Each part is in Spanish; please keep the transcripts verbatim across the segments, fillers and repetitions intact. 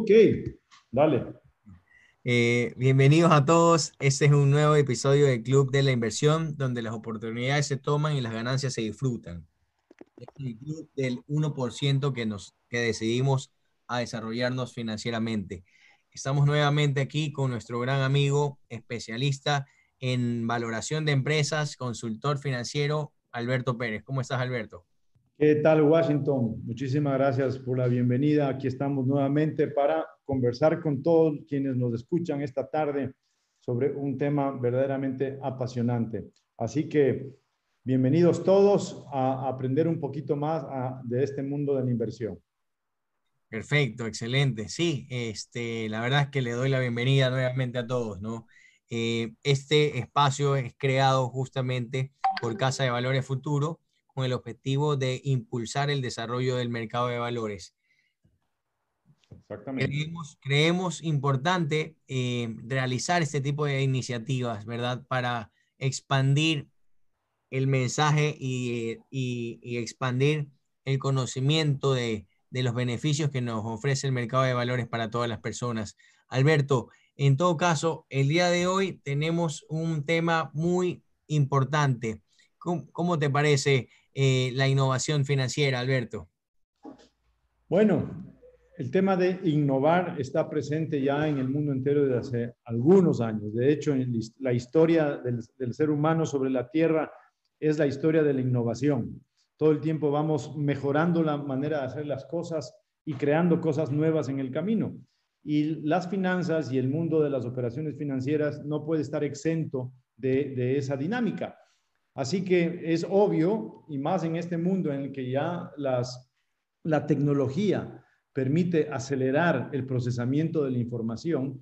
Ok, dale. Eh, bienvenidos a todos. Este es un nuevo episodio del Club de la Inversión, donde las oportunidades se toman y las ganancias se disfrutan. Este es el club del uno por ciento que, nos, que decidimos a desarrollarnos financieramente. Estamos nuevamente aquí con nuestro gran amigo, especialista en valoración de empresas, consultor financiero, Alberto Pérez. ¿Cómo estás, Alberto? ¿Qué tal, Washington? Muchísimas gracias por la bienvenida. Aquí estamos nuevamente para conversar con todos quienes nos escuchan esta tarde sobre un tema verdaderamente apasionante. Así que bienvenidos todos a aprender un poquito más a, de este mundo de la inversión. Perfecto, excelente. Sí, este, la verdad es que le doy la bienvenida nuevamente a todos, ¿no? Eh, este espacio es creado justamente por Casa de Valores Futuro con el objetivo de impulsar el desarrollo del mercado de valores. Exactamente. Creemos, creemos importante eh, realizar este tipo de iniciativas, ¿verdad? Para expandir el mensaje y, y, y expandir el conocimiento de, de los beneficios que nos ofrece el mercado de valores para todas las personas. Alberto, en todo caso, el día de hoy tenemos un tema muy importante. ¿Cómo, cómo te parece eh, la innovación financiera, Alberto? Bueno, el tema de innovar está presente ya en el mundo entero desde hace algunos años. De hecho, en la historia del, del ser humano sobre la Tierra es la historia de la innovación. Todo el tiempo vamos mejorando la manera de hacer las cosas y creando cosas nuevas en el camino. Y las finanzas y el mundo de las operaciones financieras no puede estar exento de, de esa dinámica. Así que es obvio, y más en este mundo en el que ya las, la tecnología permite acelerar el procesamiento de la información,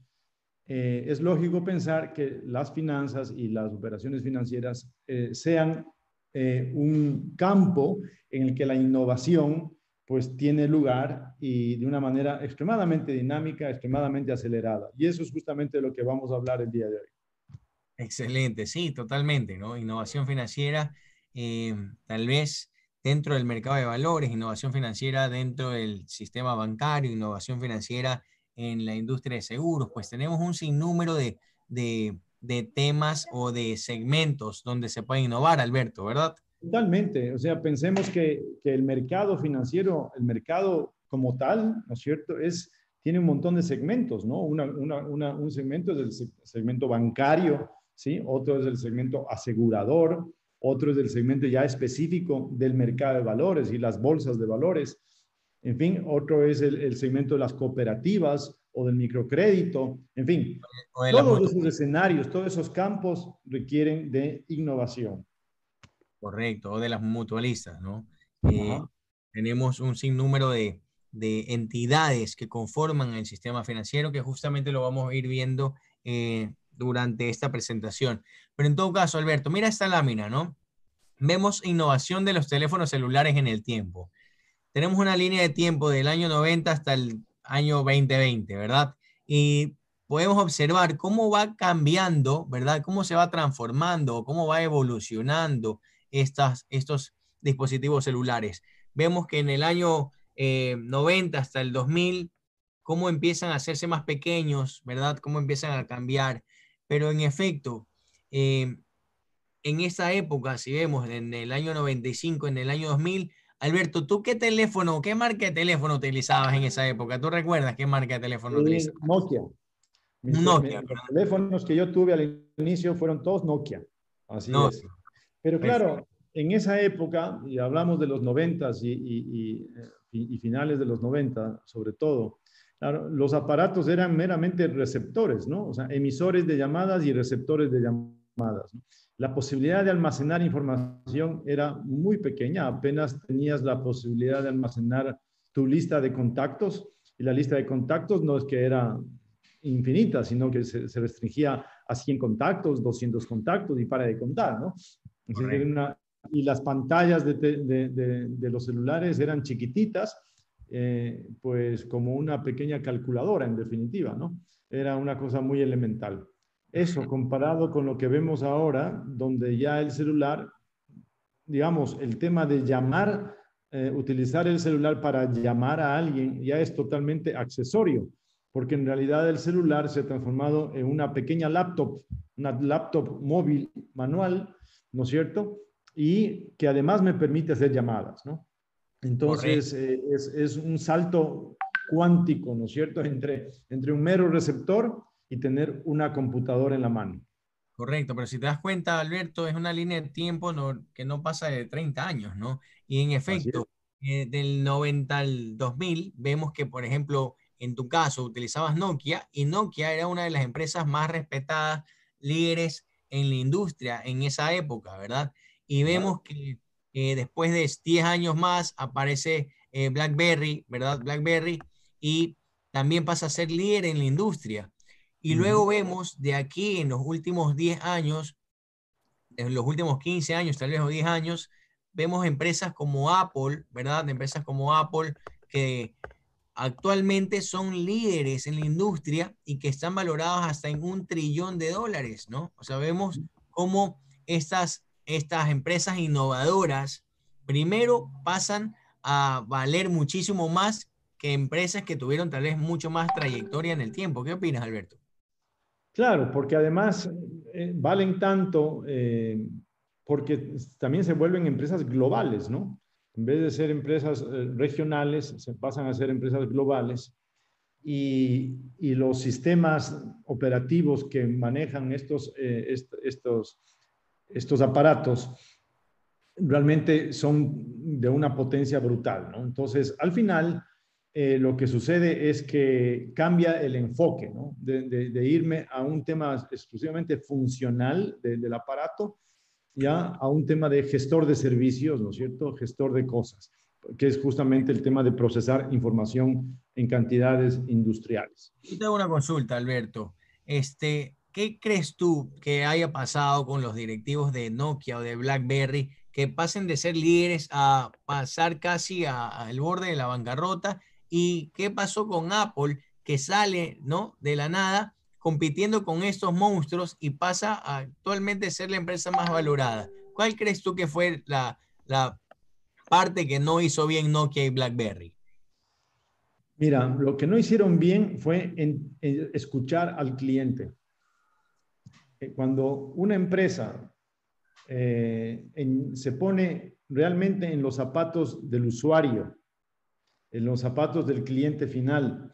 eh, es lógico pensar que las finanzas y las operaciones financieras eh, sean eh, un campo en el que la innovación pues tiene lugar y de una manera extremadamente dinámica, extremadamente acelerada. Y eso es justamente de lo que vamos a hablar el día de hoy. Excelente, sí, totalmente, ¿no? Innovación financiera, eh, tal vez dentro del mercado de valores, innovación financiera dentro del sistema bancario, innovación financiera en la industria de seguros, pues tenemos un sinnúmero de, de, de temas o de segmentos donde se puede innovar, Alberto, ¿verdad? Totalmente, o sea, pensemos que, que el mercado financiero, el mercado como tal, ¿no es cierto? Es, tiene un montón de segmentos, ¿no? Una, una, una, un segmento es el segmento bancario, ¿sí? Otro es el segmento asegurador, otro es el segmento ya específico del mercado de valores y las bolsas de valores. En fin, otro es el, el segmento de las cooperativas o del microcrédito. En fin, O de las todos mutuas. esos escenarios, todos esos campos requieren de innovación. Correcto, o de las mutualistas, ¿no? Ajá. Eh, tenemos un sinnúmero de, de entidades que conforman el sistema financiero que justamente lo vamos a ir viendo eh, durante esta presentación. Pero en todo caso, Alberto, mira esta lámina, ¿no? Vemos innovación de los teléfonos celulares en el tiempo. Tenemos una línea de tiempo del año noventa hasta el año dos mil veinte, ¿verdad? Y podemos observar cómo va cambiando, ¿verdad? Cómo se va transformando, cómo va evolucionando estas, estos dispositivos celulares. Vemos que en el año eh, noventa hasta el dos mil, cómo empiezan a hacerse más pequeños, ¿verdad? Cómo empiezan a cambiar. Pero en efecto, eh, en esa época, si vemos en el año noventa y cinco, en el año dos mil, Alberto, ¿tú qué teléfono, qué marca de teléfono utilizabas en esa época? ¿Tú recuerdas qué marca de teléfono Eh, utilizabas? Nokia. Un Mis, Nokia, me, los ¿verdad? teléfonos que yo tuve al inicio fueron todos Nokia. Así es. Nokia, Pero perfecto. claro, en esa época, y hablamos de los noventas y, y, y, y finales de los noventa, sobre todo, claro, los aparatos eran meramente receptores, ¿no? O sea, emisores de llamadas y receptores de llamadas, ¿no? La posibilidad de almacenar información era muy pequeña, apenas tenías la posibilidad de almacenar tu lista de contactos, y la lista de contactos no es que era infinita, sino que se, se restringía a cien contactos, doscientos contactos y para de contar, ¿no? Correcto. Una, y las pantallas de, de, de, de, los celulares eran chiquititas, eh, pues como una pequeña calculadora en definitiva, ¿no? Era una cosa muy elemental. Eso comparado con lo que vemos ahora, donde ya el celular, digamos, el tema de llamar, eh, utilizar el celular para llamar a alguien ya es totalmente accesorio. porque en realidad el celular se ha transformado en una pequeña laptop, una laptop móvil manual, ¿no es cierto? Y que además me permite hacer llamadas, ¿no? Entonces, Correcto. eh, es, es, un salto cuántico, ¿no es cierto?, entre, entre un mero receptor y tener una computadora en la mano. Correcto, pero si te das cuenta, Alberto, es una línea de tiempo no- que no pasa de treinta años, ¿no? Y en Así es. efecto, eh, del noventa al dos mil, vemos que, por ejemplo, en tu caso utilizabas Nokia y Nokia era una de las empresas más respetadas, líderes en la industria en esa época, ¿verdad? Y Claro. vemos que eh, después de diez años más aparece eh, BlackBerry, ¿verdad? BlackBerry y también pasa a ser líder en la industria. Y Uh luego -huh. vemos de aquí en los últimos diez años, en los últimos quince años, tal vez o diez años, vemos empresas como Apple, ¿verdad? Empresas como Apple que actualmente son líderes en la industria y que están valorados hasta en un trillón de dólares, ¿no? O sea, vemos cómo estas, estas empresas innovadoras primero pasan a valer muchísimo más que empresas que tuvieron tal vez mucho más trayectoria en el tiempo. ¿Qué opinas, Alberto? Claro, porque además eh, valen tanto eh, porque también se vuelven empresas globales, ¿no? En vez de ser empresas eh, regionales, se pasan a ser empresas globales y, y los sistemas operativos que manejan estos, eh, est estos, estos aparatos realmente son de una potencia brutal, ¿no? Entonces, al final, eh, lo que sucede es que cambia el enfoque, ¿no? De, de, de irme a un tema exclusivamente funcional de, del aparato, ya a un tema de gestor de servicios, ¿no es cierto? Gestor de cosas, que es justamente el tema de procesar información en cantidades industriales. Yo te hago una consulta, Alberto. Este, ¿qué crees tú que haya pasado con los directivos de Nokia o de BlackBerry que pasen de ser líderes a pasar casi al borde de la bancarrota? ¿Y qué pasó con Apple que sale, ¿no?, de la nada compitiendo con estos monstruos y pasa a actualmente ser la empresa más valorada? ¿Cuál crees tú que fue la, la parte que no hizo bien Nokia y BlackBerry? Mira, lo que no hicieron bien fue en, en escuchar al cliente. Cuando una empresa eh, en, se pone realmente en los zapatos del usuario, en los zapatos del cliente final,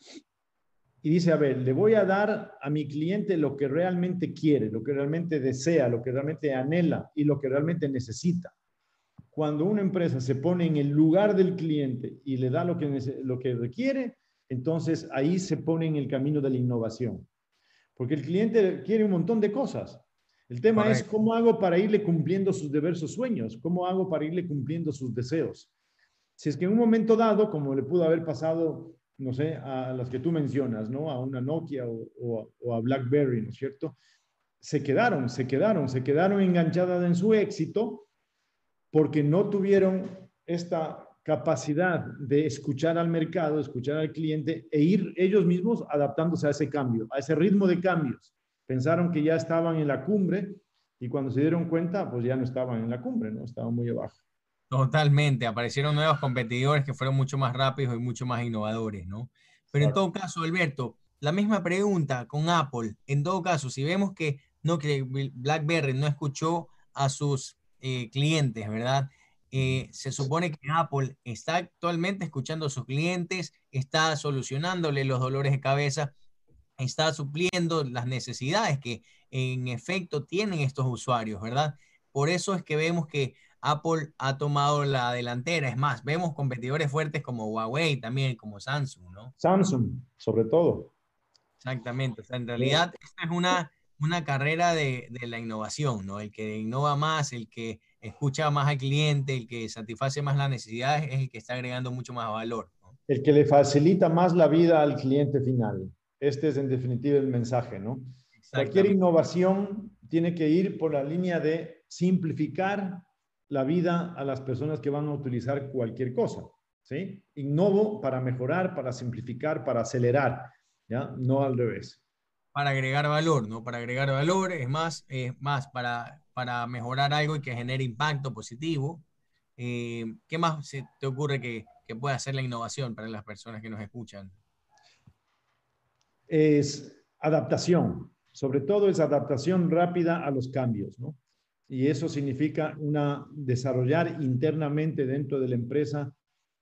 y dice, a ver, le voy a dar a mi cliente lo que realmente quiere, lo que realmente desea, lo que realmente anhela y lo que realmente necesita. Cuando una empresa se pone en el lugar del cliente y le da lo que, lo que requiere, entonces ahí se pone en el camino de la innovación. Porque el cliente quiere un montón de cosas. El tema es Correcto. cómo hago para irle cumpliendo sus diversos sueños, cómo hago para irle cumpliendo sus deseos. Si es que en un momento dado, como le pudo haber pasado, no sé, a las que tú mencionas, ¿no? A una Nokia o, o, o a BlackBerry, ¿no es cierto? Se quedaron, se quedaron, se quedaron enganchadas en su éxito porque no tuvieron esta capacidad de escuchar al mercado, escuchar al cliente e ir ellos mismos adaptándose a ese cambio, a ese ritmo de cambios. Pensaron que ya estaban en la cumbre y cuando se dieron cuenta, pues ya no estaban en la cumbre, ¿no? Estaban muy abajo. Totalmente, aparecieron nuevos competidores que fueron mucho más rápidos y mucho más innovadores, ¿no? Pero en todo caso, Alberto, la misma pregunta con Apple. En todo caso, si vemos que no que BlackBerry no escuchó a sus eh, clientes, ¿verdad? Eh, se supone que Apple está actualmente escuchando a sus clientes, está solucionándole los dolores de cabeza, está supliendo las necesidades que en efecto tienen estos usuarios, ¿verdad? Por eso es que vemos que Apple ha tomado la delantera. Es más, vemos competidores fuertes como Huawei también, como Samsung, ¿no? Samsung, sobre todo. Exactamente. O sea, en Eh, realidad esta es una, una carrera de, de la innovación, ¿no? El que innova más, el que escucha más al cliente, el que satisface más las necesidades, es el que está agregando mucho más valor, ¿no? el que le facilita más la vida al cliente final. Este es en definitiva el mensaje, ¿no? Cualquier Exactamente. innovación tiene que ir por la línea de simplificar la vida a las personas que van a utilizar cualquier cosa, ¿sí? Innovo para mejorar, para simplificar, para acelerar, ¿ya? No al revés. Para agregar valor, ¿no? Para agregar valor, es más, es más para, para mejorar algo y que genere impacto positivo. Eh, ¿qué más se te ocurre que, que pueda hacer la innovación para las personas que nos escuchan? es adaptación, sobre todo es adaptación rápida a los cambios, ¿no? Y eso significa una, desarrollar internamente dentro de la empresa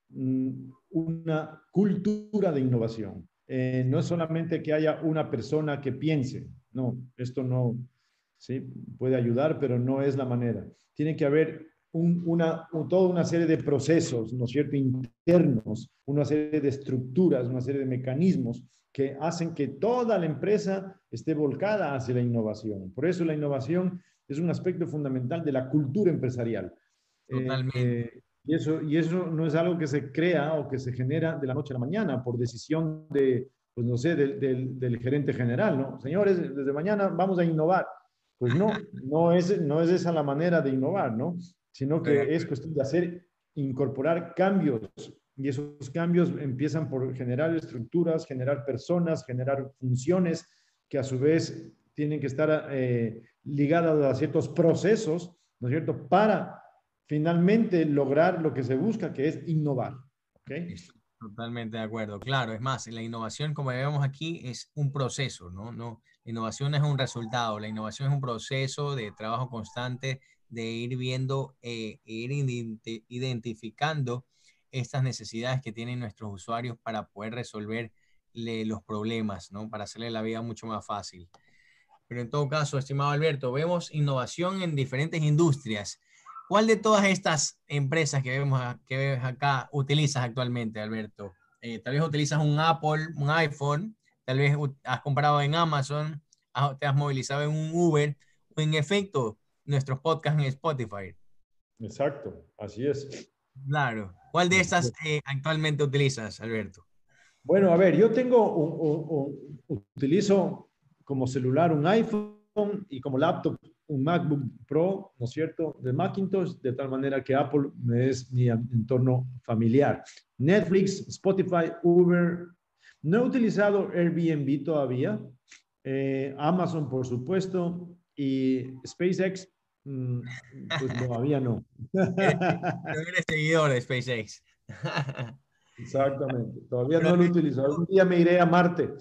una cultura de innovación. Eh, no es solamente que haya una persona que piense, no, esto no, sí, puede ayudar, pero no es la manera. Tiene que haber un, una, un, toda una serie de procesos, ¿no es cierto?, internos, una serie de estructuras, una serie de mecanismos que hacen que toda la empresa esté volcada hacia la innovación. Por eso la innovación es un aspecto fundamental de la cultura empresarial. Totalmente. Eh, y, eso, y eso no es algo que se crea o que se genera de la noche a la mañana por decisión de, pues no sé, del, del, del gerente general, ¿no? Señores, desde mañana vamos a innovar. Pues no, no es, no es esa la manera de innovar, ¿no? Sino que es cuestión de hacer, incorporar cambios. Y esos cambios empiezan por generar estructuras, generar personas, generar funciones que a su vez tienen que estar eh, ligadas a ciertos procesos, ¿no es cierto?, para finalmente lograr lo que se busca, que es innovar. ¿Okay? Totalmente de acuerdo. Claro, es más, la innovación, como vemos aquí, es un proceso, ¿no? No, la innovación no es un resultado, la innovación es un proceso de trabajo constante, de ir viendo, eh, ir identificando estas necesidades que tienen nuestros usuarios para poder resolver los problemas, ¿no? Para hacerle la vida mucho más fácil. Pero en todo caso, estimado Alberto, vemos innovación en diferentes industrias. ¿Cuál de todas estas empresas que vemos que ves acá utilizas actualmente, Alberto? Eh, tal vez utilizas un Apple, un iPhone, tal vez has comprado en Amazon, te has movilizado en un Uber, o en efecto, nuestros podcasts en Spotify. Exacto, así es. Claro. ¿Cuál de estas eh, actualmente utilizas, Alberto? Bueno, a ver, yo tengo, un, un, un, utilizo como celular un iPhone y como laptop un MacBook Pro, ¿no es cierto?, de Macintosh, de tal manera que Apple es mi entorno familiar. Netflix, Spotify, Uber. No he utilizado Airbnb todavía. Eh, Amazon, por supuesto, y SpaceX, mmm, pues todavía no. Eres, eres seguidor de SpaceX. Exactamente. Todavía no lo he utilizado. Un día me iré a Marte.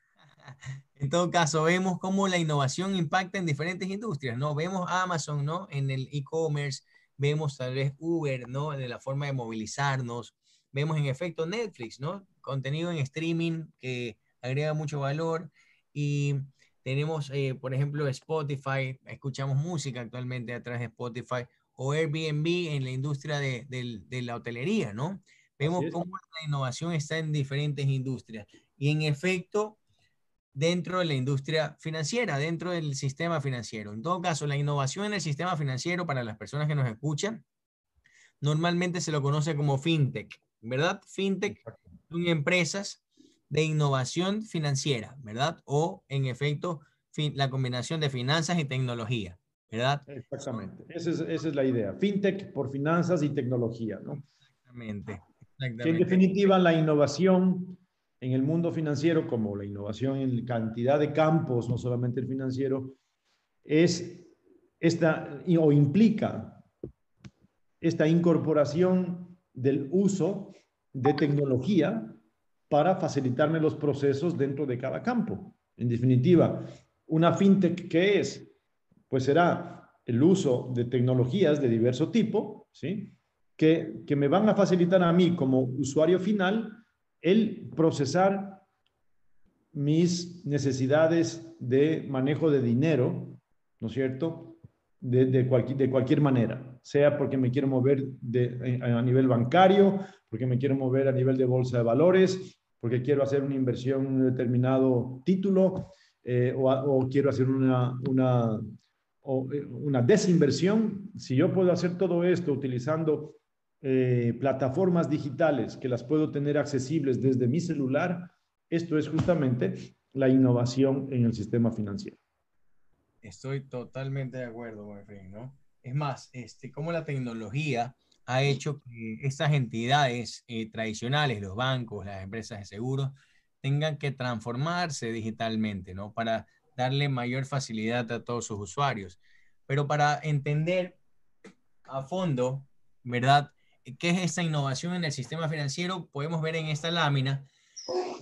En todo caso, vemos cómo la innovación impacta en diferentes industrias, ¿no? Vemos Amazon, ¿no? En el e-commerce, vemos tal vez Uber, ¿no? En la forma de movilizarnos, vemos en efecto Netflix, ¿no? Contenido en streaming que agrega mucho valor y tenemos, eh, por ejemplo, Spotify, escuchamos música actualmente a través de Spotify o Airbnb en la industria de, de, de la hotelería, ¿no? Vemos cómo la innovación está en diferentes industrias y en efecto dentro de la industria financiera, dentro del sistema financiero. En todo caso, la innovación en el sistema financiero, para las personas que nos escuchan, normalmente se lo conoce como fintech, ¿verdad? Fintech son empresas de innovación financiera, ¿verdad? O, en efecto, la combinación de finanzas y tecnología, ¿verdad? Exactamente. Esa es, esa es la idea. Fintech por finanzas y tecnología, ¿no? Exactamente. Exactamente. Que en definitiva la innovación en el mundo financiero, como la innovación en cantidad de campos, no solamente el financiero, es esta o implica esta incorporación del uso de tecnología para facilitarme los procesos dentro de cada campo. En definitiva, una fintech, ¿qué es? Pues será el uso de tecnologías de diverso tipo, ¿sí?, que, que me van a facilitar a mí como usuario final el procesar mis necesidades de manejo de dinero, ¿no es cierto?, de, de, cualquier, de cualquier manera, sea porque me quiero mover de, a nivel bancario, porque me quiero mover a nivel de bolsa de valores, porque quiero hacer una inversión en un determinado título, eh, o, o quiero hacer una, una, o una desinversión. Si yo puedo hacer todo esto utilizando eh, plataformas digitales que las puedo tener accesibles desde mi celular, esto es justamente la innovación en el sistema financiero. Estoy totalmente de acuerdo, ¿no? Es más, este, cómo la tecnología ha hecho que estas entidades eh, tradicionales, los bancos, las empresas de seguros, tengan que transformarse digitalmente, ¿no? Para darle mayor facilidad a todos sus usuarios. Pero para entender a fondo, ¿verdad?, ¿qué es esta innovación en el sistema financiero? Podemos ver en esta lámina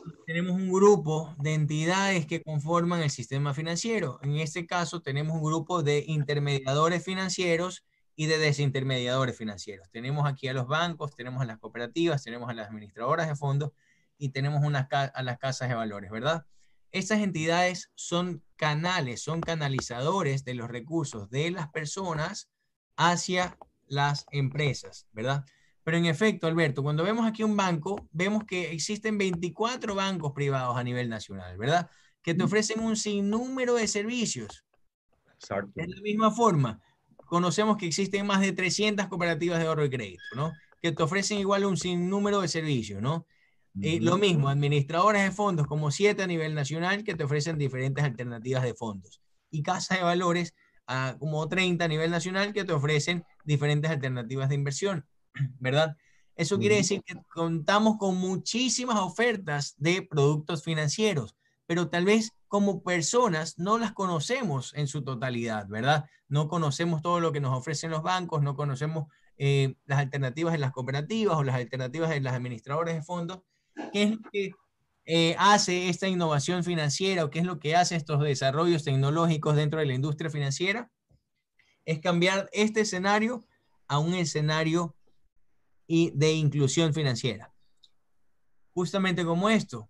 tenemos un grupo de entidades que conforman el sistema financiero. En este caso, tenemos un grupo de intermediadores financieros y de desintermediadores financieros. Tenemos aquí a los bancos, tenemos a las cooperativas, tenemos a las administradoras de fondos y tenemos unas a las casas de valores, ¿verdad? Estas entidades son canales, son canalizadores de los recursos de las personas hacia las empresas, ¿verdad? Pero en efecto, Alberto, cuando vemos aquí un banco, vemos que existen veinticuatro bancos privados a nivel nacional, ¿verdad? Que te ofrecen un sinnúmero de servicios. Exacto. De la misma forma, conocemos que existen más de trescientas cooperativas de ahorro y crédito, ¿no? Que te ofrecen igual un sinnúmero de servicios, ¿no? Eh, lo mismo, administradoras de fondos como siete a nivel nacional que te ofrecen diferentes alternativas de fondos. Y casas de valores uh, como treinta a nivel nacional que te ofrecen diferentes alternativas de inversión, ¿verdad? Eso quiere decir que contamos con muchísimas ofertas de productos financieros, pero tal vez como personas no las conocemos en su totalidad, ¿verdad? No conocemos todo lo que nos ofrecen los bancos, no conocemos eh, las alternativas de las cooperativas o las alternativas de las administradoras de fondos. ¿Qué es lo que eh, hace esta innovación financiera o qué es lo que hace estos desarrollos tecnológicos dentro de la industria financiera? Es cambiar este escenario a un escenario de inclusión financiera. Justamente como esto,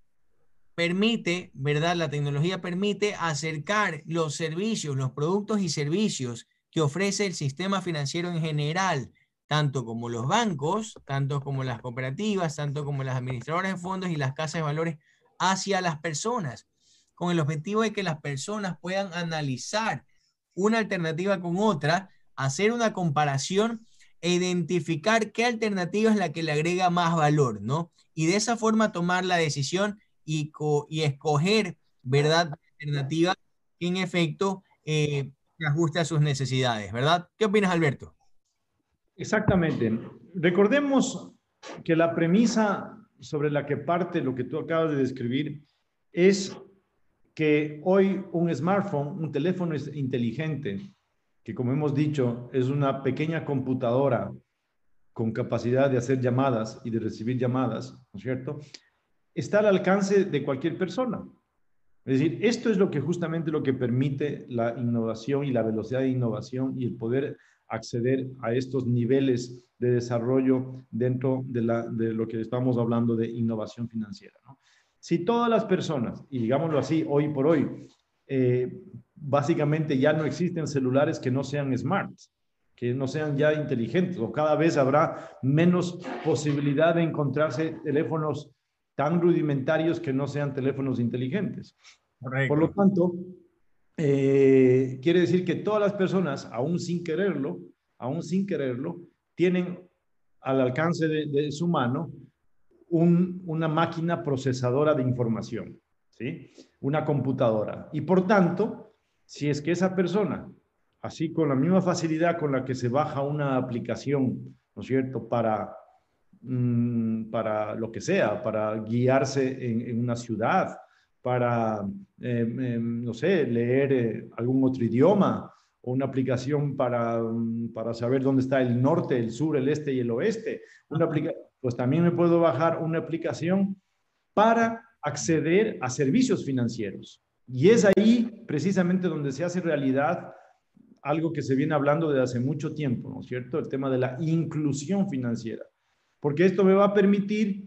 permite, ¿verdad? La tecnología permite acercar los servicios, los productos y servicios que ofrece el sistema financiero en general, tanto como los bancos, tanto como las cooperativas, tanto como las administradoras de fondos y las casas de valores, hacia las personas, con el objetivo de que las personas puedan analizar una alternativa con otra, hacer una comparación e identificar qué alternativa es la que le agrega más valor, ¿no? Y de esa forma tomar la decisión y, y escoger, ¿verdad?, la alternativa que en efecto eh, se ajuste a sus necesidades, ¿verdad? ¿Qué opinas, Alberto? Exactamente. Recordemos que la premisa sobre la que parte lo que tú acabas de describir es que hoy un smartphone, un teléfono inteligente, que como hemos dicho es una pequeña computadora con capacidad de hacer llamadas y de recibir llamadas, ¿no es cierto?, está al alcance de cualquier persona. Es decir, esto es lo que justamente lo que permite la innovación y la velocidad de innovación y el poder acceder a estos niveles de desarrollo dentro de, la, de lo que estamos hablando de innovación financiera, ¿no? Si todas las personas, y digámoslo así, hoy por hoy, eh, básicamente ya no existen celulares que no sean smart, que no sean ya inteligentes, o cada vez habrá menos posibilidad de encontrarse teléfonos tan rudimentarios que no sean teléfonos inteligentes. Correcto. Por lo tanto, eh, quiere decir que todas las personas, aún sin quererlo, aún sin quererlo, tienen al alcance de, de su mano un, una máquina procesadora de información, ¿sí? Una computadora. Y por tanto, si es que esa persona, así con la misma facilidad con la que se baja una aplicación, ¿no es cierto?, para para lo que sea, para guiarse en, en una ciudad, para, eh, eh, no sé, leer eh, algún otro idioma, o una aplicación para, para saber dónde está el norte, el sur, el este y el oeste. Una aplica pues también me puedo bajar una aplicación para acceder a servicios financieros. Y es ahí precisamente donde se hace realidad algo que se viene hablando desde hace mucho tiempo, ¿no es cierto? El tema de la inclusión financiera. Porque esto me va a permitir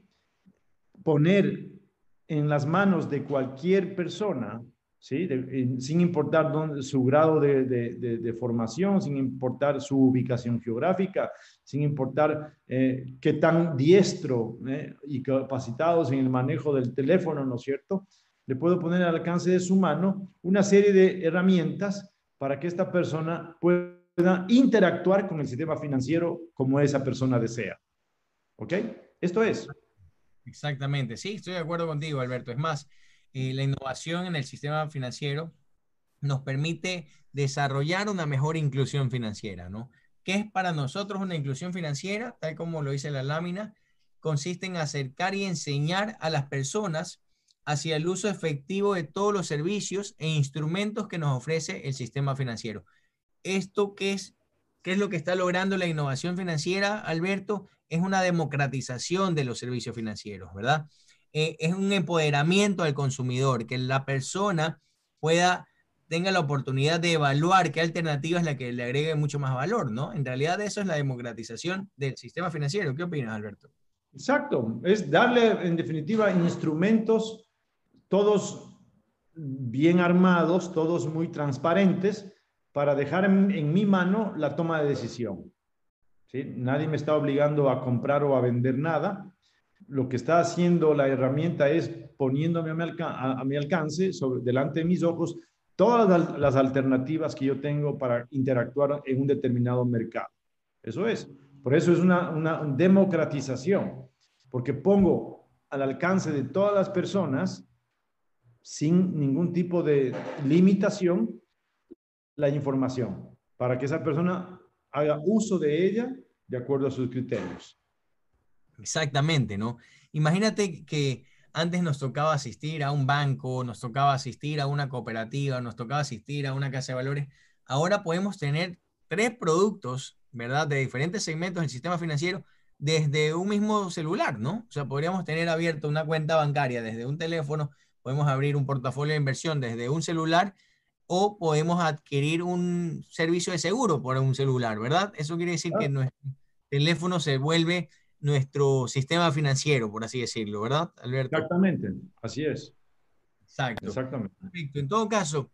poner en las manos de cualquier persona, ¿sí? De, sin importar dónde, su grado de, de, de, de formación, sin importar su ubicación geográfica, sin importar eh, qué tan diestro eh, y capacitados en el manejo del teléfono, ¿no es cierto? Le puedo poner al alcance de su mano una serie de herramientas para que esta persona pueda interactuar con el sistema financiero como esa persona desea. ¿Ok? Esto es. Exactamente, sí, estoy de acuerdo contigo, Alberto. Es más, eh, la innovación en el sistema financiero nos permite desarrollar una mejor inclusión financiera, ¿no? ¿Qué es para nosotros una inclusión financiera? Tal como lo dice la lámina, consiste en acercar y enseñar a las personas hacia el uso efectivo de todos los servicios e instrumentos que nos ofrece el sistema financiero. ¿Esto qué es? ¿Qué es lo que está logrando la innovación financiera, Alberto? Es una democratización de los servicios financieros, ¿verdad? eh, es un empoderamiento al consumidor, que la persona pueda, tenga la oportunidad de evaluar qué alternativa es la que le agregue mucho más valor, ¿no? En realidad eso es la democratización del sistema financiero. ¿Qué opinas, Alberto? Exacto, es darle en definitiva instrumentos, todos bien armados, todos muy transparentes, para dejar en, en mi mano la toma de decisión. ¿Sí? Nadie me está obligando a comprar o a vender nada. Lo que está haciendo la herramienta es poniéndome a mi, a, a mi alcance, sobre, delante de mis ojos, todas las, las alternativas que yo tengo para interactuar en un determinado mercado. Eso es. Por eso es una, una democratización, porque pongo al alcance de todas las personas, sin ningún tipo de limitación, la información, para que esa persona haga uso de ella de acuerdo a sus criterios. Exactamente, ¿no? Imagínate que antes nos tocaba asistir a un banco, nos tocaba asistir a una cooperativa, nos tocaba asistir a una casa de valores. Ahora podemos tener tres productos, ¿verdad? De diferentes segmentos del sistema financiero desde un mismo celular, ¿no? O sea, podríamos tener abierto una cuenta bancaria desde un teléfono, podemos abrir un portafolio de inversión desde un celular o podemos adquirir un servicio de seguro por un celular, ¿verdad? Eso quiere decir que ¿Ah? nuestro teléfono se vuelve nuestro sistema financiero, por así decirlo, ¿verdad, Alberto? Exactamente, así es, Exacto. exactamente. Perfecto. En todo caso,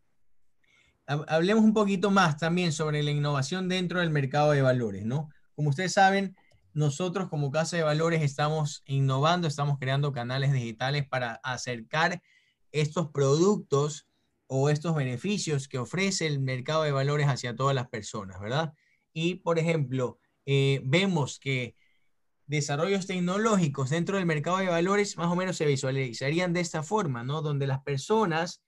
hablemos un poquito más también sobre la innovación dentro del mercado de valores, ¿no? Como ustedes saben, nosotros como Casa de Valores estamos innovando, estamos creando canales digitales para acercar estos productos o estos beneficios que ofrece el mercado de valores hacia todas las personas, ¿verdad? Y, por ejemplo, eh, vemos que desarrollos tecnológicos dentro del mercado de valores más o menos se visualizarían de esta forma, ¿no? Donde las personas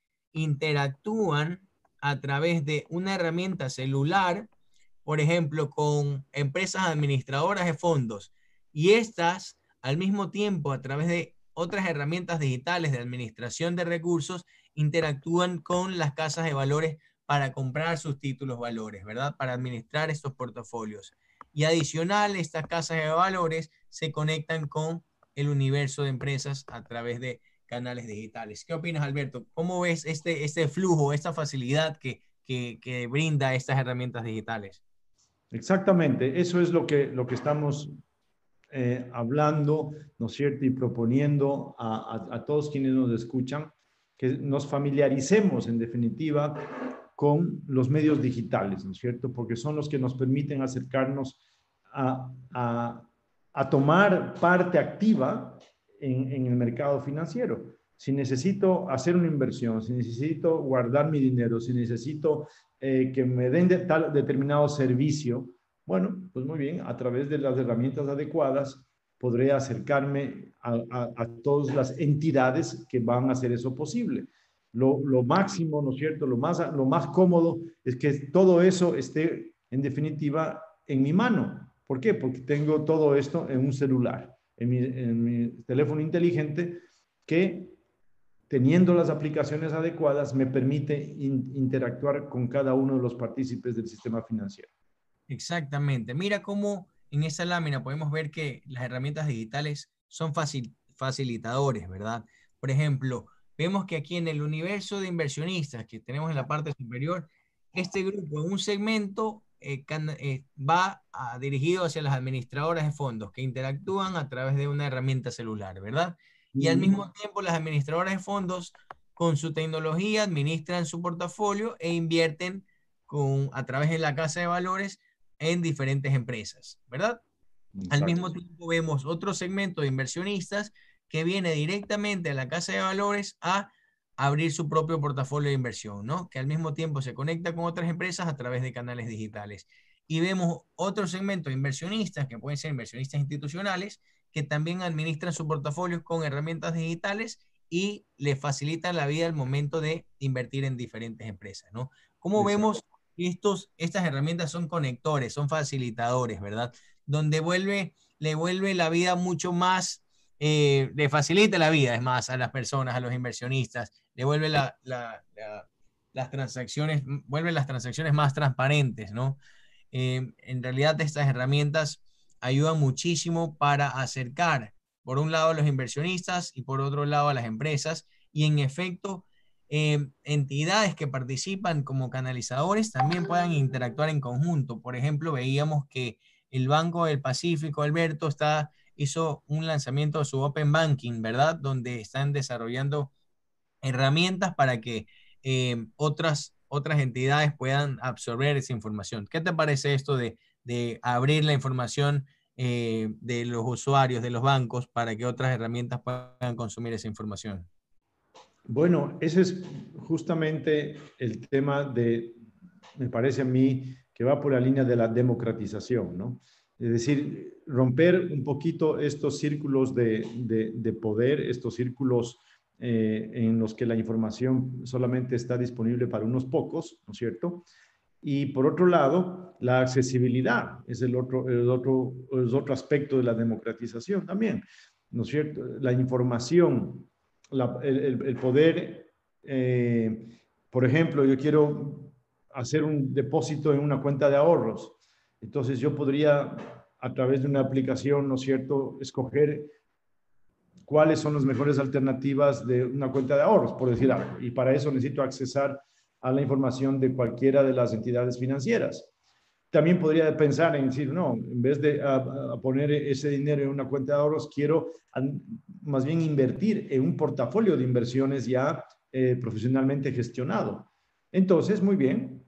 interactúan a través de una herramienta celular, por ejemplo, con empresas administradoras de fondos, y estas, al mismo tiempo, a través de otras herramientas digitales de administración de recursos, interactúan con las casas de valores para comprar sus títulos valores, ¿verdad? Para administrar estos portafolios. Y adicional, estas casas de valores se conectan con el universo de empresas a través de canales digitales. ¿Qué opinas, Alberto? ¿Cómo ves este, este flujo, esta facilidad que, que, que brinda estas herramientas digitales? Exactamente, eso es lo que, lo que estamos eh, hablando, ¿no es cierto? Y proponiendo a, a, a todos quienes nos escuchan que nos familiaricemos, en definitiva, con los medios digitales, ¿no es cierto? Porque son los que nos permiten acercarnos a, a, a tomar parte activa en, en el mercado financiero. Si necesito hacer una inversión, si necesito guardar mi dinero, si necesito eh, que me den de tal determinado servicio, bueno, pues muy bien, a través de las herramientas adecuadas podré acercarme a, a, a todas las entidades que van a hacer eso posible. Lo, lo, máximo, ¿no es cierto? Lo más, lo más cómodo es que todo eso esté, en definitiva, en mi mano. ¿Por qué? Porque tengo todo esto en un celular, en mi, en mi teléfono inteligente, que teniendo las aplicaciones adecuadas me permite in, interactuar con cada uno de los partícipes del sistema financiero. Exactamente. Mira cómo en esa lámina podemos ver que las herramientas digitales son facil, facilitadores, ¿verdad? Por ejemplo, vemos que aquí en el universo de inversionistas que tenemos en la parte superior, este grupo en un segmento eh, can, eh, va a, dirigido hacia las administradoras de fondos que interactúan a través de una herramienta celular, ¿verdad? Y al mismo tiempo las administradoras de fondos con su tecnología administran su portafolio e invierten con, a través de la casa de valores en diferentes empresas, ¿verdad? Al Exacto. mismo tiempo vemos otro segmento de inversionistas que viene directamente a la casa de valores a abrir su propio portafolio de inversión, ¿no? Que al mismo tiempo se conecta con otras empresas a través de canales digitales. Y vemos otro segmento de inversionistas, que pueden ser inversionistas institucionales, que también administran sus portafolios con herramientas digitales y les facilitan la vida al momento de invertir en diferentes empresas, ¿no? Como Exacto. vemos, estos, estas herramientas son conectores, son facilitadores, ¿verdad? Donde vuelve, le vuelve la vida mucho más, eh, le facilita la vida, es más, a las personas, a los inversionistas, le vuelve la, la, la, las transacciones, vuelve las transacciones más transparentes, ¿no? Eh, en realidad estas herramientas ayudan muchísimo para acercar Por un lado, los inversionistas y por otro lado, a las empresas. Y en efecto, eh, entidades que participan como canalizadores también puedan interactuar en conjunto. Por ejemplo, veíamos que el Banco del Pacífico, Alberto, está, hizo un lanzamiento de su Open Banking, ¿verdad? Donde están desarrollando herramientas para que eh, otras, otras entidades puedan absorber esa información. ¿Qué te parece esto de, de abrir la información eh, de los usuarios, de los bancos, para que otras herramientas puedan consumir esa información? Bueno, ese es justamente el tema de, me parece a mí, que va por la línea de la democratización, ¿no? Es decir, romper un poquito estos círculos de, de, de poder, estos círculos eh, en los que la información solamente está disponible para unos pocos, ¿no es cierto? Y por otro lado, la accesibilidad es el otro, el otro, el otro aspecto de la democratización también, ¿no es cierto? La información, la, el, el, poder, eh, por ejemplo, yo quiero hacer un depósito en una cuenta de ahorros, entonces yo podría, a través de una aplicación, ¿no es cierto?, escoger cuáles son las mejores alternativas de una cuenta de ahorros, por decir algo, y para eso necesito accesar a la información de cualquiera de las entidades financieras. También podría pensar en decir, no, en vez de a, a poner ese dinero en una cuenta de ahorros, quiero a, más bien invertir en un portafolio de inversiones ya eh, profesionalmente gestionado. Entonces, muy bien,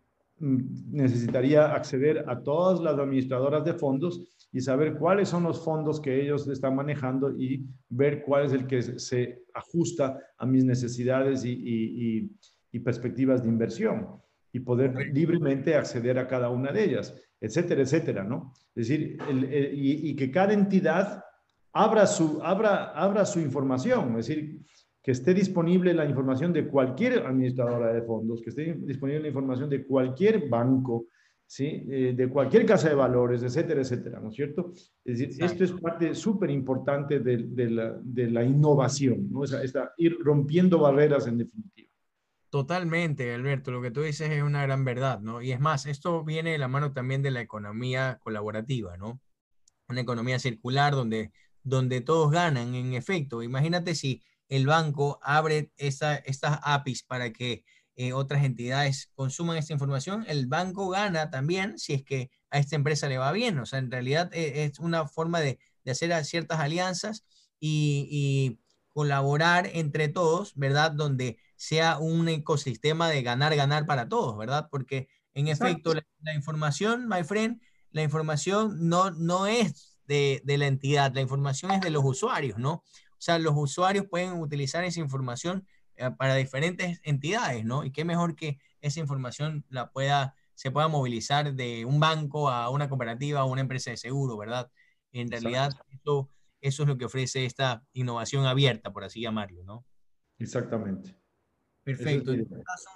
necesitaría acceder a todas las administradoras de fondos y saber cuáles son los fondos que ellos están manejando y ver cuál es el que se ajusta a mis necesidades y, y, y, y perspectivas de inversión y poder libremente acceder a cada una de ellas, etcétera, etcétera, ¿no? Es decir, el, el, y, y que cada entidad abra su, abra, abra su información, es decir, que esté disponible la información de cualquier administradora de fondos, que esté disponible la información de cualquier banco, ¿sí? Eh, de cualquier casa de valores, etcétera, etcétera, ¿no es cierto? Es decir, Exacto. Esto es parte súper importante de, de, la, de la innovación, ¿no? Esa, esta, ir rompiendo barreras en definitiva. Totalmente, Alberto, lo que tú dices es una gran verdad, ¿no? Y es más, esto viene de la mano también de la economía colaborativa, ¿no? Una economía circular donde, donde todos ganan, en efecto. Imagínate si el banco abre esa, estas A P Is para que eh, otras entidades consuman esta información, el banco gana también si es que a esta empresa le va bien. O sea, en realidad es, es una forma de, de hacer ciertas alianzas y, y colaborar entre todos, ¿verdad? Donde sea un ecosistema de ganar, ganar para todos, ¿verdad? Porque en Exacto. efecto la, la información, my friend, la información no, no es de, de la entidad, la información es de los usuarios, ¿no? O sea, los usuarios pueden utilizar esa información eh, para diferentes entidades, ¿no? Y qué mejor que esa información la pueda, se pueda movilizar de un banco a una cooperativa, a una empresa de seguro, ¿verdad? En realidad, eso, eso es lo que ofrece esta innovación abierta, por así llamarlo, ¿no? Exactamente. Perfecto. En este caso,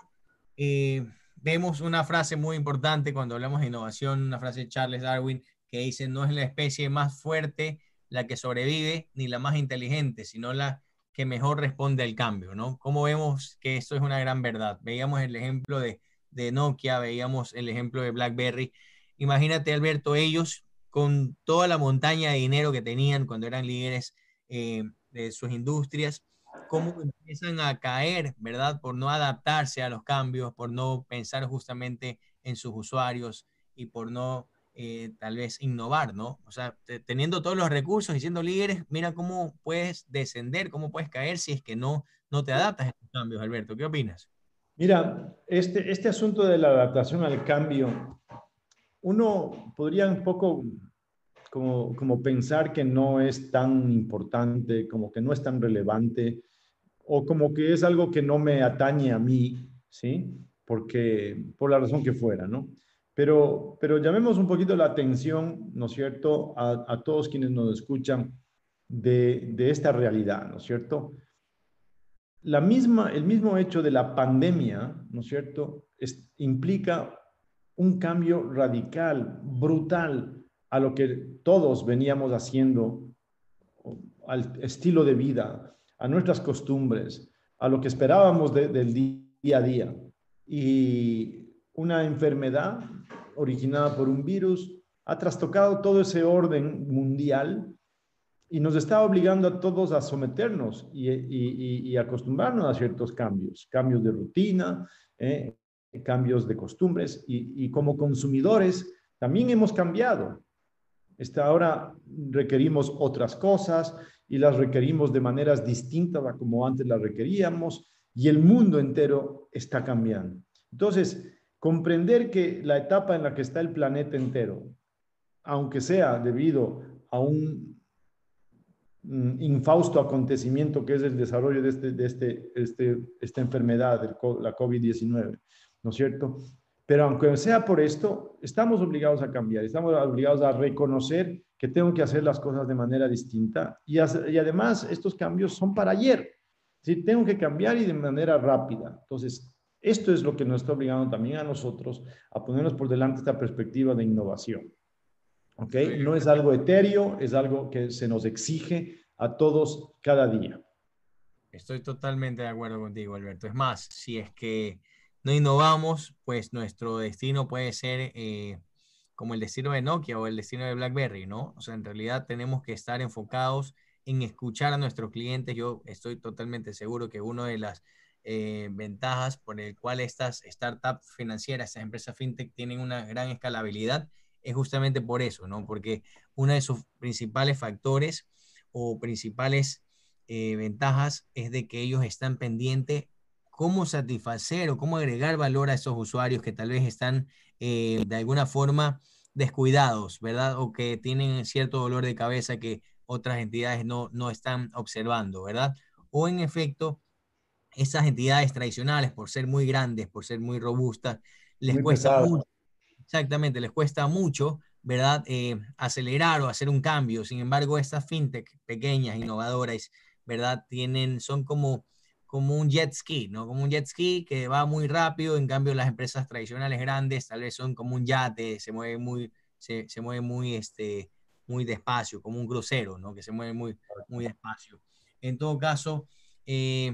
eh, vemos una frase muy importante cuando hablamos de innovación, una frase de Charles Darwin que dice, no es la especie más fuerte la que sobrevive, ni la más inteligente, sino la que mejor responde al cambio, ¿no? Como vemos que esto es una gran verdad. Veíamos el ejemplo de, de Nokia, veíamos el ejemplo de BlackBerry. Imagínate, Alberto, ellos con toda la montaña de dinero que tenían cuando eran líderes eh, de sus industrias, cómo empiezan a caer, ¿verdad? Por no adaptarse a los cambios, por no pensar justamente en sus usuarios y por no eh, tal vez innovar, ¿no? O sea, te, teniendo todos los recursos y siendo líderes, mira cómo puedes descender, cómo puedes caer si es que no, no te adaptas a estos cambios, Alberto. ¿Qué opinas? Mira, este, este asunto de la adaptación al cambio, uno podría un poco como, como pensar que no es tan importante, como que no es tan relevante, o como que es algo que no me atañe a mí, ¿sí? Porque, por la razón que fuera, ¿no? Pero, pero llamemos un poquito la atención, ¿no es cierto?, a, a todos quienes nos escuchan de, de esta realidad, ¿no es cierto? La misma, el mismo hecho de la pandemia, ¿no es cierto?, es, implica un cambio radical, brutal, a lo que todos veníamos haciendo, al estilo de vida, a nuestras costumbres, a lo que esperábamos de, del día a día. Y una enfermedad originada por un virus ha trastocado todo ese orden mundial y nos está obligando a todos a someternos y, y, y acostumbrarnos a ciertos cambios, cambios de rutina, eh, cambios de costumbres, y, y como consumidores también hemos cambiado. Esta ahora requerimos otras cosas y las requerimos de maneras distintas a como antes las requeríamos, y el mundo entero está cambiando. Entonces, comprender que la etapa en la que está el planeta entero, aunque sea debido a un mm, infausto acontecimiento que es el desarrollo de, este, de este, este, esta enfermedad, el, la COVID diecinueve, ¿no es cierto? Pero aunque sea por esto, estamos obligados a cambiar, estamos obligados a reconocer que tengo que hacer las cosas de manera distinta, y, y además estos cambios son para ayer. ¿Sí? Tengo que cambiar y de manera rápida. Entonces, esto es lo que nos está obligando también a nosotros a ponernos por delante esta perspectiva de innovación. ¿Ok? No es algo etéreo, es algo que se nos exige a todos cada día. Estoy totalmente de acuerdo contigo, Alberto. Es más, si es que no innovamos, pues nuestro destino puede ser eh, como el destino de Nokia o el destino de BlackBerry, ¿no? O sea, en realidad tenemos que estar enfocados en escuchar a nuestros clientes. Yo estoy totalmente seguro que una de las eh, ventajas por el cual estas startups financieras, estas empresas fintech tienen una gran escalabilidad es justamente por eso, ¿no? Porque uno de sus principales factores o principales eh, ventajas es de que ellos están pendientes cómo satisfacer o cómo agregar valor a esos usuarios que tal vez están eh, de alguna forma descuidados, ¿verdad? O que tienen cierto dolor de cabeza que otras entidades no, no están observando, ¿verdad? O en efecto, esas entidades tradicionales, por ser muy grandes, por ser muy robustas, les Muy cuesta pesado. mucho, exactamente, les cuesta mucho, ¿verdad? Eh, acelerar o hacer un cambio. Sin embargo, estas fintech pequeñas, innovadoras, ¿verdad? Tienen, son como, como un jet ski, ¿no? Como un jet ski que va muy rápido. En cambio, las empresas tradicionales grandes tal vez son como un yate, se mueve muy, se, se mueve muy, este, muy despacio, como un crucero, ¿no? Que se mueve muy, muy despacio. En todo caso, eh,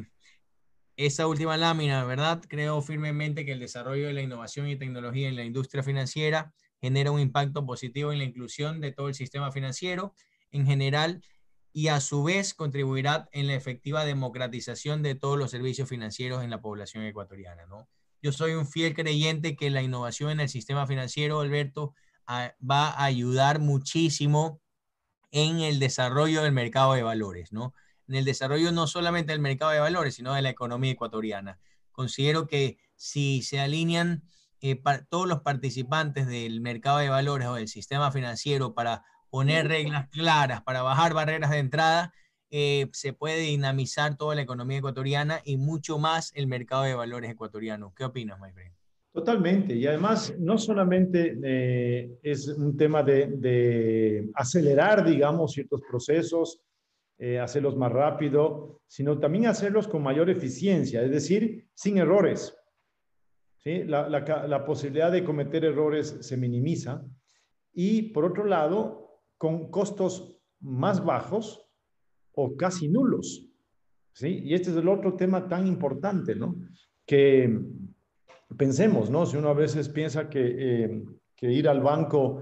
esa última lámina, ¿verdad? Creo firmemente que el desarrollo de la innovación y tecnología en la industria financiera genera un impacto positivo en la inclusión de todo el sistema financiero en general y a su vez contribuirá en la efectiva democratización de todos los servicios financieros en la población ecuatoriana, ¿no? Yo soy un fiel creyente que la innovación en el sistema financiero, Alberto, a, va a ayudar muchísimo en el desarrollo del mercado de valores, ¿no? En el desarrollo no solamente del mercado de valores, sino de la economía ecuatoriana. Considero que si se alinean eh, todos los participantes del mercado de valores o del sistema financiero para poner reglas claras, para bajar barreras de entrada, eh, se puede dinamizar toda la economía ecuatoriana y mucho más el mercado de valores ecuatoriano. ¿Qué opinas, my friend? Totalmente. Y además, no solamente eh, es un tema de, de, acelerar, digamos, ciertos procesos, eh, hacerlos más rápido, sino también hacerlos con mayor eficiencia, es decir, sin errores. ¿Sí? La, la, la posibilidad de cometer errores se minimiza. Y por otro lado, con costos más bajos o casi nulos. ¿Sí? Y este es el otro tema tan importante, ¿no? Que pensemos, ¿no? Si uno a veces piensa que, eh, que ir al banco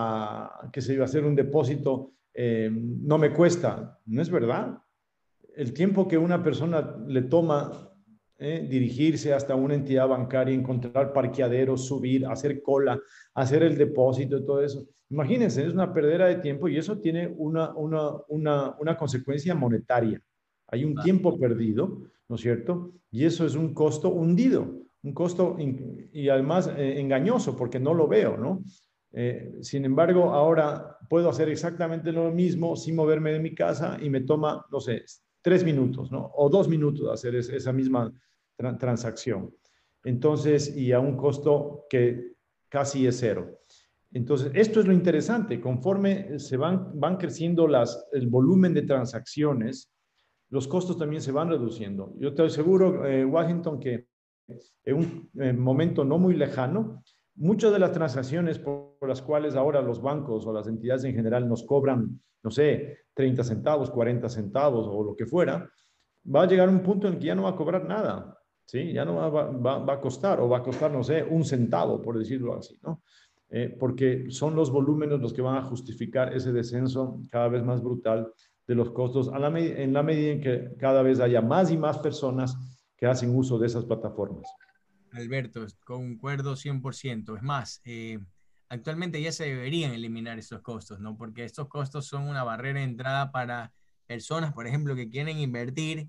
a que se iba a hacer un depósito eh, no me cuesta, no es verdad. El tiempo que una persona le toma eh, dirigirse hasta una entidad bancaria, encontrar parqueaderos, subir, hacer cola, hacer el depósito y todo eso. Imagínense, es una perdera de tiempo y eso tiene una, una, una, una consecuencia monetaria. Hay un tiempo perdido, ¿no es cierto? Y eso es un costo hundido, un costo y además eh, engañoso porque no lo veo, ¿no? Eh, sin embargo, ahora puedo hacer exactamente lo mismo sin moverme de mi casa y me toma, no sé, tres minutos, ¿no? O dos minutos hacer es, esa misma tra transacción. Entonces, y a un costo que casi es cero. Entonces, esto es lo interesante. Conforme se van, van creciendo las, el volumen de transacciones, los costos también se van reduciendo. Yo estoy seguro, eh, Washington, que en un eh, momento no muy lejano, muchas de las transacciones por, por las cuales ahora los bancos o las entidades en general nos cobran, no sé, treinta centavos, cuarenta centavos o lo que fuera, va a llegar un punto en que ya no va a cobrar nada, ¿sí? Ya no va, va, va a costar, o va a costar, no sé, un centavo, por decirlo así, ¿no? Eh, porque son los volúmenes los que van a justificar ese descenso cada vez más brutal de los costos a la en la medida en que cada vez haya más y más personas que hacen uso de esas plataformas. Alberto, concuerdo cien por ciento. Es más, eh, actualmente ya se deberían eliminar estos costos, ¿no? Porque estos costos son una barrera de entrada para personas, por ejemplo, que quieren invertir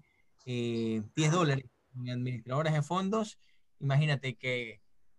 eh, diez dólares en administradoras de fondos. Imagínate que,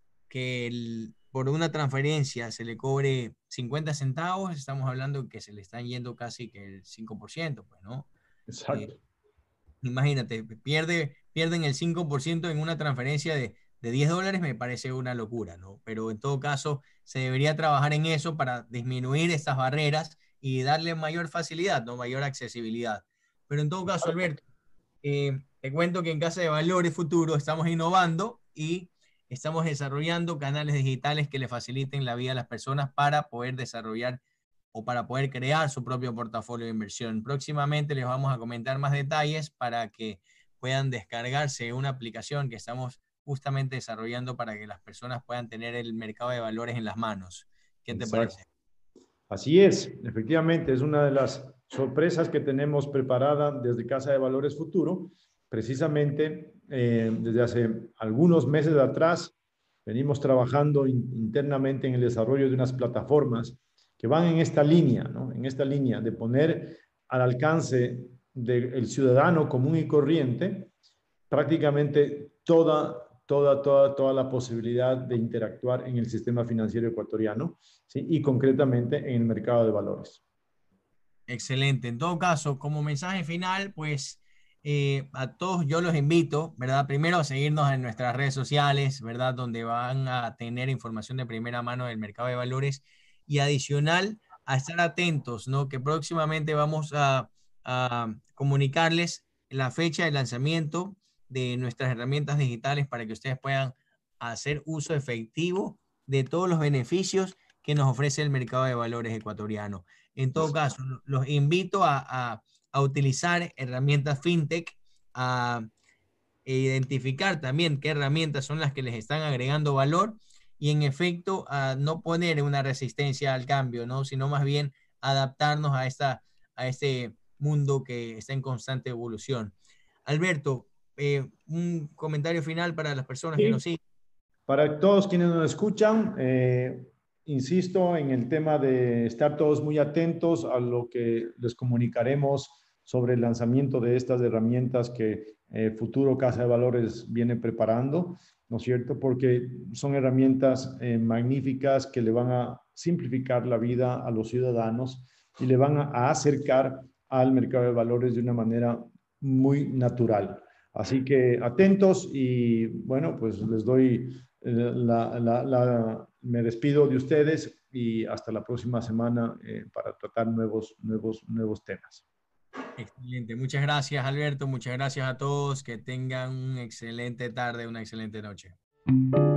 que el- por una transferencia se le cobre cincuenta centavos, estamos hablando que se le están yendo casi que el cinco por ciento, pues, ¿no? Eh, Exacto. Imagínate, pierde, pierden el cinco por ciento en una transferencia de, de diez dólares, me parece una locura, ¿no? Pero en todo caso, se debería trabajar en eso para disminuir estas barreras y darle mayor facilidad, ¿no? Mayor accesibilidad. Pero en todo caso, Alberto, eh, te cuento que en Casa de Valores Futuro estamos innovando y estamos desarrollando canales digitales que le faciliten la vida a las personas para poder desarrollar o para poder crear su propio portafolio de inversión. Próximamente les vamos a comentar más detalles para que puedan descargarse una aplicación que estamos justamente desarrollando para que las personas puedan tener el mercado de valores en las manos. ¿Qué te Exacto. parece? Así es, efectivamente, es una de las sorpresas que tenemos preparada desde Casa de Valores Futuro. Precisamente eh, desde hace algunos meses atrás venimos trabajando in internamente en el desarrollo de unas plataformas que van en esta línea, ¿no? En esta línea de poner al alcance del ciudadano común y corriente prácticamente toda, toda, toda, toda la posibilidad de interactuar en el sistema financiero ecuatoriano, ¿sí? Y concretamente en el mercado de valores. Excelente. En todo caso, como mensaje final, pues eh, a todos yo los invito, ¿verdad? Primero a seguirnos en nuestras redes sociales, ¿verdad? Donde van a tener información de primera mano del mercado de valores y adicional a estar atentos, ¿no? Que próximamente vamos a, a comunicarles la fecha de lanzamiento de nuestras herramientas digitales para que ustedes puedan hacer uso efectivo de todos los beneficios que nos ofrece el mercado de valores ecuatoriano. En todo caso, los invito a, a, a utilizar herramientas fintech, a identificar también qué herramientas son las que les están agregando valor y en efecto a no poner una resistencia al cambio, ¿no? Sino más bien adaptarnos a, esta, a este mundo que está en constante evolución. Alberto, eh, un comentario final para las personas que nos Sí. siguen. Para todos quienes nos escuchan, eh, insisto en el tema de estar todos muy atentos a lo que les comunicaremos sobre el lanzamiento de estas herramientas que eh, Futuro Casa de Valores viene preparando, ¿no es cierto? Porque son herramientas eh, magníficas que le van a simplificar la vida a los ciudadanos y le van a, a acercar al mercado de valores de una manera muy natural. Así que atentos y bueno, pues les doy la, la, la, me despido de ustedes y hasta la próxima semana eh, para tratar nuevos, nuevos, nuevos temas. Excelente. Muchas gracias, Alberto. Muchas gracias a todos. Que tengan una excelente tarde, una excelente noche.